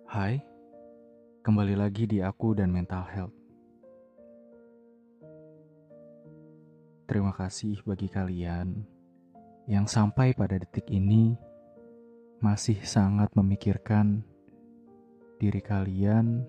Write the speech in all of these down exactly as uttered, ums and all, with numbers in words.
Hai, kembali lagi di aku dan mental health. Terima kasih bagi kalian yang sampai pada detik ini masih sangat memikirkan diri kalian,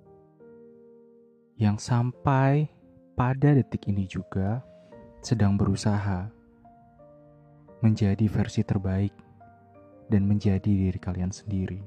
yang sampai pada detik ini juga sedang berusaha menjadi versi terbaik dan menjadi diri kalian sendiri.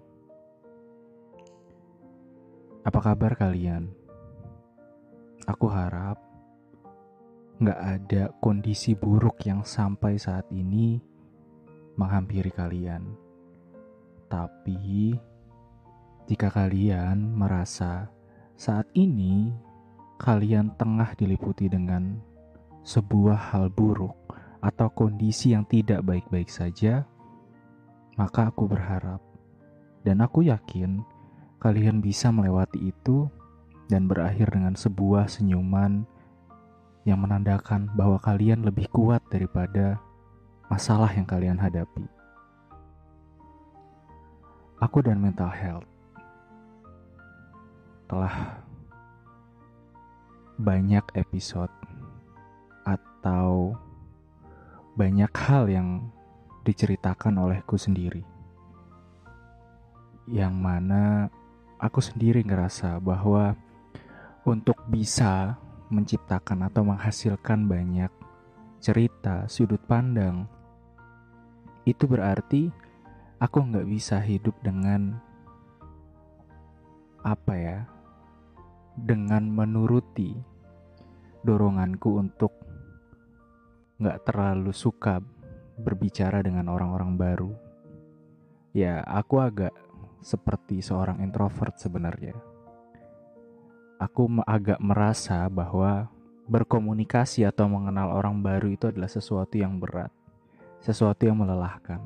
Apa kabar kalian? Aku harap gak ada kondisi buruk yang sampai saat ini menghampiri kalian. Tapi, jika kalian merasa saat ini kalian tengah diliputi dengan sebuah hal buruk atau kondisi yang tidak baik-baik saja, maka aku berharap dan aku yakin kalian bisa melewati itu dan berakhir dengan sebuah senyuman yang menandakan bahwa kalian lebih kuat daripada masalah yang kalian hadapi. Aku dan mental health telah banyak episode atau banyak hal yang diceritakan olehku sendiri, yang mana aku sendiri ngerasa bahwa untuk bisa menciptakan atau menghasilkan banyak cerita, sudut pandang, itu berarti aku nggak bisa hidup dengan apa ya, dengan menuruti doronganku untuk nggak terlalu suka berbicara dengan orang-orang baru. Ya, aku agak seperti seorang introvert sebenarnya. Aku agak merasa bahwa berkomunikasi atau mengenal orang baru itu adalah sesuatu yang berat, sesuatu yang melelahkan.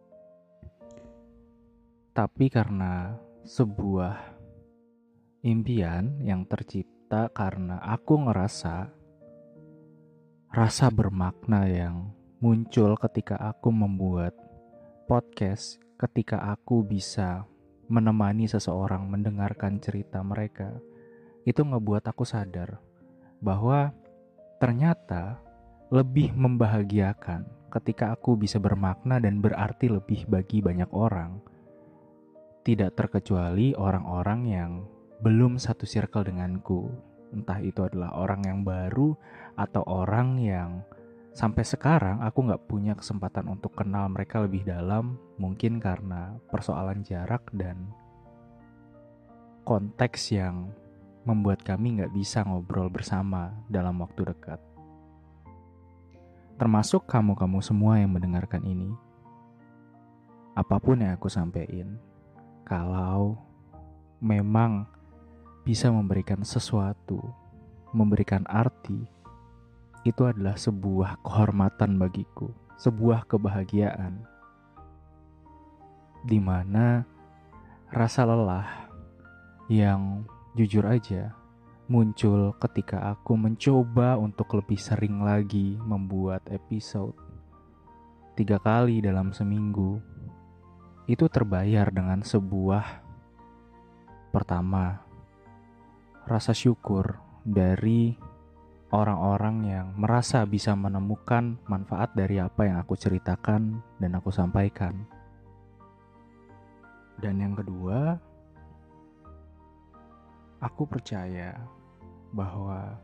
Tapi karena sebuah impian yang tercipta karena aku ngerasa rasa bermakna yang muncul ketika aku membuat podcast, ketika aku bisa menemani seseorang mendengarkan cerita mereka, itu ngebuat aku sadar bahwa ternyata lebih membahagiakan ketika aku bisa bermakna dan berarti lebih bagi banyak orang. Tidak terkecuali orang-orang yang belum satu circle denganku. Entah itu adalah orang yang baru atau orang yang sampai sekarang aku gak punya kesempatan untuk kenal mereka lebih dalam. Mungkin karena persoalan jarak dan konteks yang membuat kami gak bisa ngobrol bersama dalam waktu dekat. Termasuk kamu-kamu semua yang mendengarkan ini. Apapun yang aku sampaikan, kalau memang bisa memberikan sesuatu, memberikan arti, itu adalah sebuah kehormatan bagiku, sebuah kebahagiaan, di mana rasa lelah yang jujur aja muncul ketika aku mencoba untuk lebih sering lagi membuat episode tiga kali dalam seminggu. Itu terbayar dengan sebuah, pertama, rasa syukur dari orang-orang yang merasa bisa menemukan manfaat dari apa yang aku ceritakan dan aku sampaikan. Dan yang kedua, aku percaya bahwa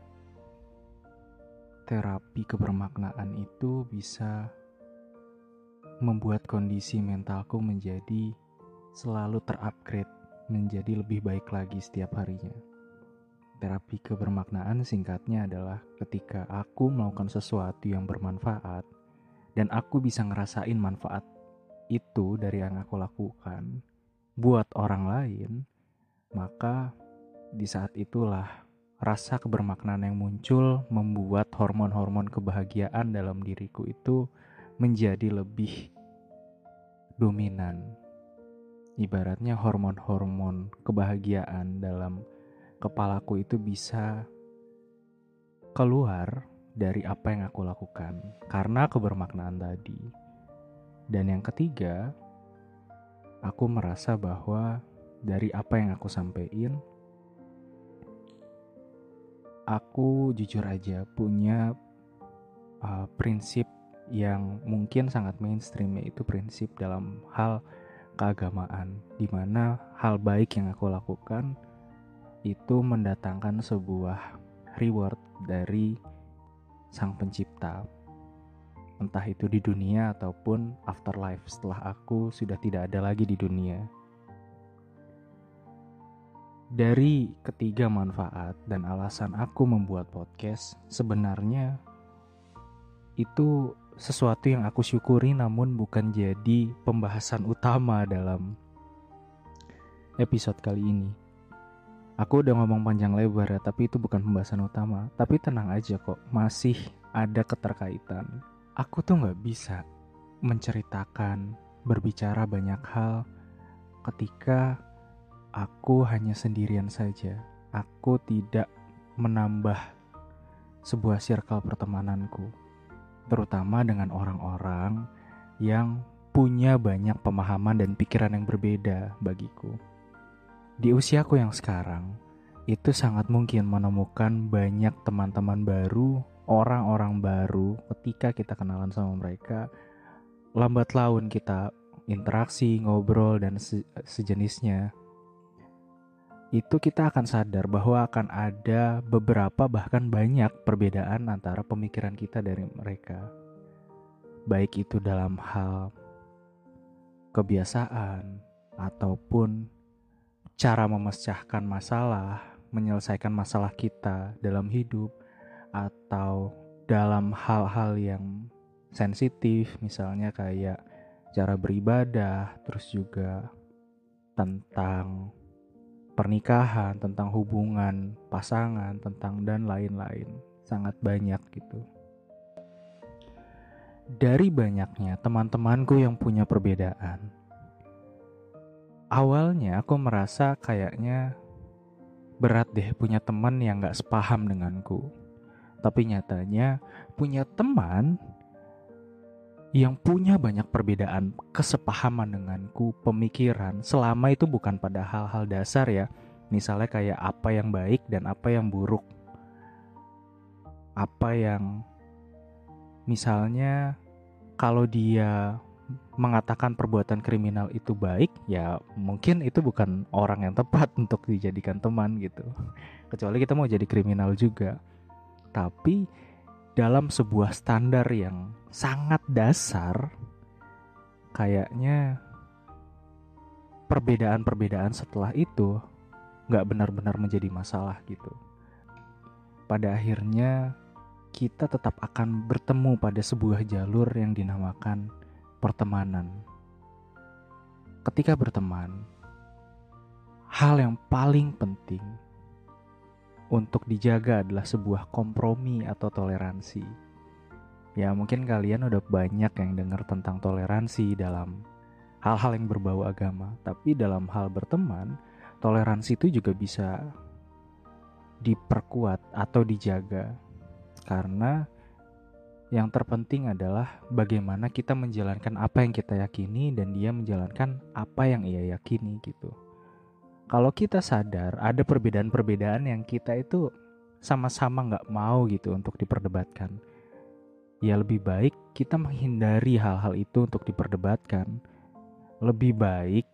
terapi kebermaknaan itu bisa membuat kondisi mentalku menjadi selalu terupgrade, menjadi lebih baik lagi setiap harinya. Terapi kebermaknaan singkatnya adalah ketika aku melakukan sesuatu yang bermanfaat dan aku bisa ngerasain manfaat itu dari yang aku lakukan buat orang lain, maka di saat itulah rasa kebermaknaan yang muncul membuat hormon-hormon kebahagiaan dalam diriku itu menjadi lebih dominan. Ibaratnya hormon-hormon kebahagiaan dalam kepalaku itu bisa keluar dari apa yang aku lakukan karena kebermaknaan tadi. Dan yang ketiga, aku merasa bahwa dari apa yang aku sampaikan, aku jujur aja punya uh, prinsip yang mungkin sangat mainstream, yaitu prinsip dalam hal keagamaan, di mana hal baik yang aku lakukan itu mendatangkan sebuah reward dari Sang Pencipta, entah itu di dunia ataupun afterlife setelah aku sudah tidak ada lagi di dunia. Dari ketiga manfaat dan alasan aku membuat podcast, sebenarnya itu sesuatu yang aku syukuri namun bukan jadi pembahasan utama dalam episode kali ini. Aku udah ngomong panjang lebar ya, tapi itu bukan pembahasan utama. Tapi tenang aja kok, masih ada keterkaitan. Aku tuh gak bisa menceritakan, berbicara banyak hal ketika aku hanya sendirian saja. Aku tidak menambah sebuah circle pertemananku, terutama dengan orang-orang yang punya banyak pemahaman dan pikiran yang berbeda bagiku. Di usiaku yang sekarang, itu sangat mungkin menemukan banyak teman-teman baru, orang-orang baru ketika kita kenalan sama mereka. Lambat laun kita interaksi, ngobrol, dan se- sejenisnya. Itu kita akan sadar bahwa akan ada beberapa bahkan banyak perbedaan antara pemikiran kita dari mereka. Baik itu dalam hal kebiasaan ataupun cara memecahkan masalah, menyelesaikan masalah kita dalam hidup, atau dalam hal-hal yang sensitif, misalnya kayak cara beribadah, terus juga tentang pernikahan, tentang hubungan pasangan, tentang dan lain-lain. Sangat banyak gitu. Dari banyaknya teman-temanku yang punya perbedaan, awalnya aku merasa kayaknya berat deh punya teman yang gak sepaham denganku. Tapi nyatanya punya teman yang punya banyak perbedaan kesepahaman denganku, pemikiran, selama itu bukan pada hal-hal dasar ya. Misalnya kayak apa yang baik dan apa yang buruk. Apa yang misalnya kalau dia mengatakan perbuatan kriminal itu baik, ya mungkin itu bukan orang yang tepat untuk dijadikan teman gitu. Kecuali kita mau jadi kriminal juga. Tapi dalam sebuah standar yang sangat dasar, kayaknya perbedaan-perbedaan setelah itu gak benar-benar menjadi masalah gitu. Pada akhirnya kita tetap akan bertemu pada sebuah jalur yang dinamakan pertemanan. Ketika berteman, hal yang paling penting untuk dijaga adalah sebuah kompromi atau toleransi. Ya mungkin kalian udah banyak yang dengar tentang toleransi dalam hal-hal yang berbau agama. Tapi dalam hal berteman, toleransi itu juga bisa diperkuat atau dijaga. Karena yang terpenting adalah bagaimana kita menjalankan apa yang kita yakini dan dia menjalankan apa yang ia yakini gitu. Kalau kita sadar ada perbedaan-perbedaan yang kita itu sama-sama gak mau gitu untuk diperdebatkan, ya lebih baik kita menghindari hal-hal itu untuk diperdebatkan. Lebih baik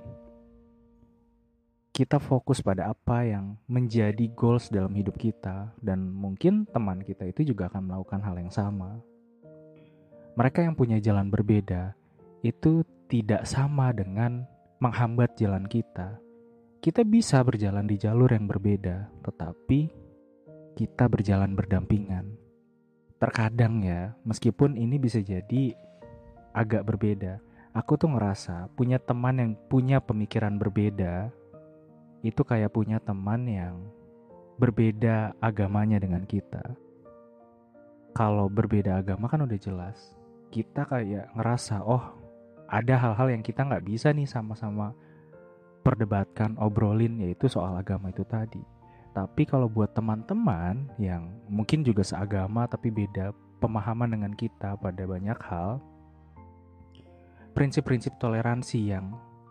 kita fokus pada apa yang menjadi goals dalam hidup kita, dan mungkin teman kita itu juga akan melakukan hal yang sama. Mereka yang punya jalan berbeda itu tidak sama dengan menghambat jalan kita. Kita bisa berjalan di jalur yang berbeda, tetapi kita berjalan berdampingan. Terkadang ya, meskipun ini bisa jadi agak berbeda, aku tuh ngerasa punya teman yang punya pemikiran berbeda itu kayak punya teman yang berbeda agamanya dengan kita. Kalau berbeda agama kan udah jelas, kita kayak ngerasa oh ada hal-hal yang kita gak bisa nih sama-sama perdebatkan, obrolin, yaitu soal agama itu tadi. Tapi kalau buat teman-teman yang mungkin juga seagama tapi beda pemahaman dengan kita pada banyak hal, prinsip-prinsip toleransi yang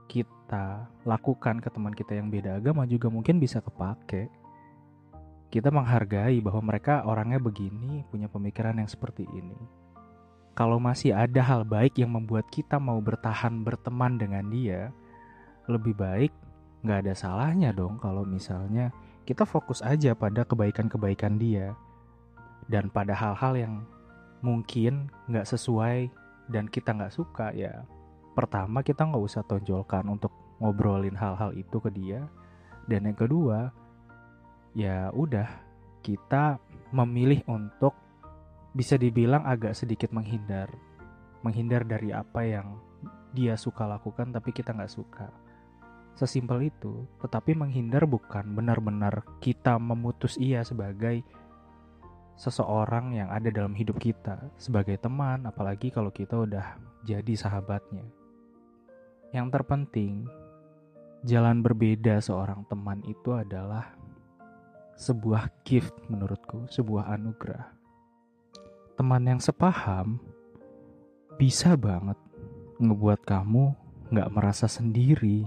kita lakukan ke teman kita yang beda agama juga mungkin bisa kepake. Kita menghargai bahwa mereka orangnya begini, punya pemikiran yang seperti ini. Kalau masih ada hal baik yang membuat kita mau bertahan berteman dengan dia, lebih baik gak ada salahnya dong kalau misalnya kita fokus aja pada kebaikan-kebaikan dia. Dan pada hal-hal yang mungkin gak sesuai dan kita gak suka, ya pertama kita gak usah tonjolkan untuk ngobrolin hal-hal itu ke dia. Dan yang kedua, ya udah, kita memilih untuk bisa dibilang agak sedikit menghindar. Menghindar dari apa yang dia suka lakukan tapi kita gak suka. Sesimpel itu. Tetapi menghindar bukan benar-benar kita memutus ia sebagai seseorang yang ada dalam hidup kita, sebagai teman, apalagi kalau kita udah jadi sahabatnya. Yang terpenting, jalan berbeda seorang teman itu adalah sebuah gift menurutku, sebuah anugerah. Teman yang sepaham bisa banget ngebuat kamu gak merasa sendiri.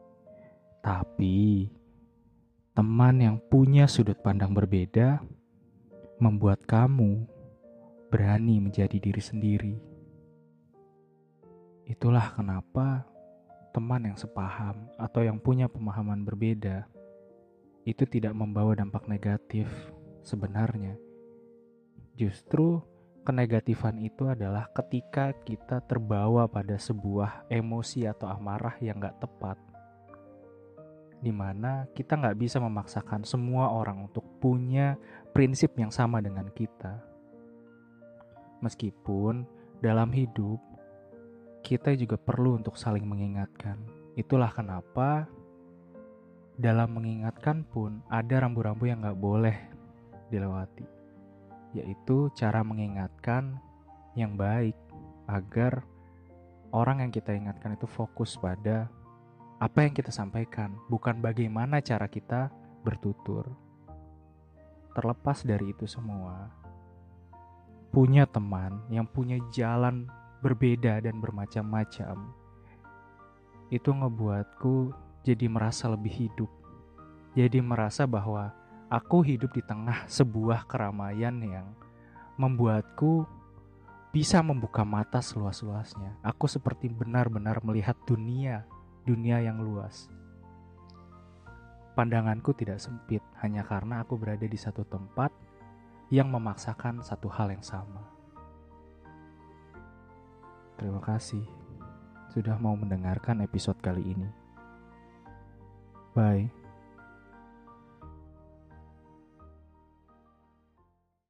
Tapi teman yang punya sudut pandang berbeda membuat kamu berani menjadi diri sendiri. Itulah kenapa teman yang sepaham atau yang punya pemahaman berbeda itu tidak membawa dampak negatif sebenarnya. Justru kenegatifan itu adalah ketika kita terbawa pada sebuah emosi atau amarah yang gak tepat, dimana kita gak bisa memaksakan semua orang untuk punya prinsip yang sama dengan kita. Meskipun dalam hidup kita juga perlu untuk saling mengingatkan. Itulah kenapa dalam mengingatkan pun ada rambu-rambu yang gak boleh dilewati, yaitu cara mengingatkan yang baik agar orang yang kita ingatkan itu fokus pada apa yang kita sampaikan, bukan bagaimana cara kita bertutur. Terlepas dari itu semua, punya teman yang punya jalan berbeda dan bermacam-macam itu ngebuatku jadi merasa lebih hidup. Jadi merasa bahwa aku hidup di tengah sebuah keramaian yang membuatku bisa membuka mata seluas-luasnya. Aku seperti benar-benar melihat dunia, dunia yang luas. Pandanganku tidak sempit hanya karena aku berada di satu tempat yang memaksakan satu hal yang sama. Terima kasih sudah mau mendengarkan episode kali ini. Bye.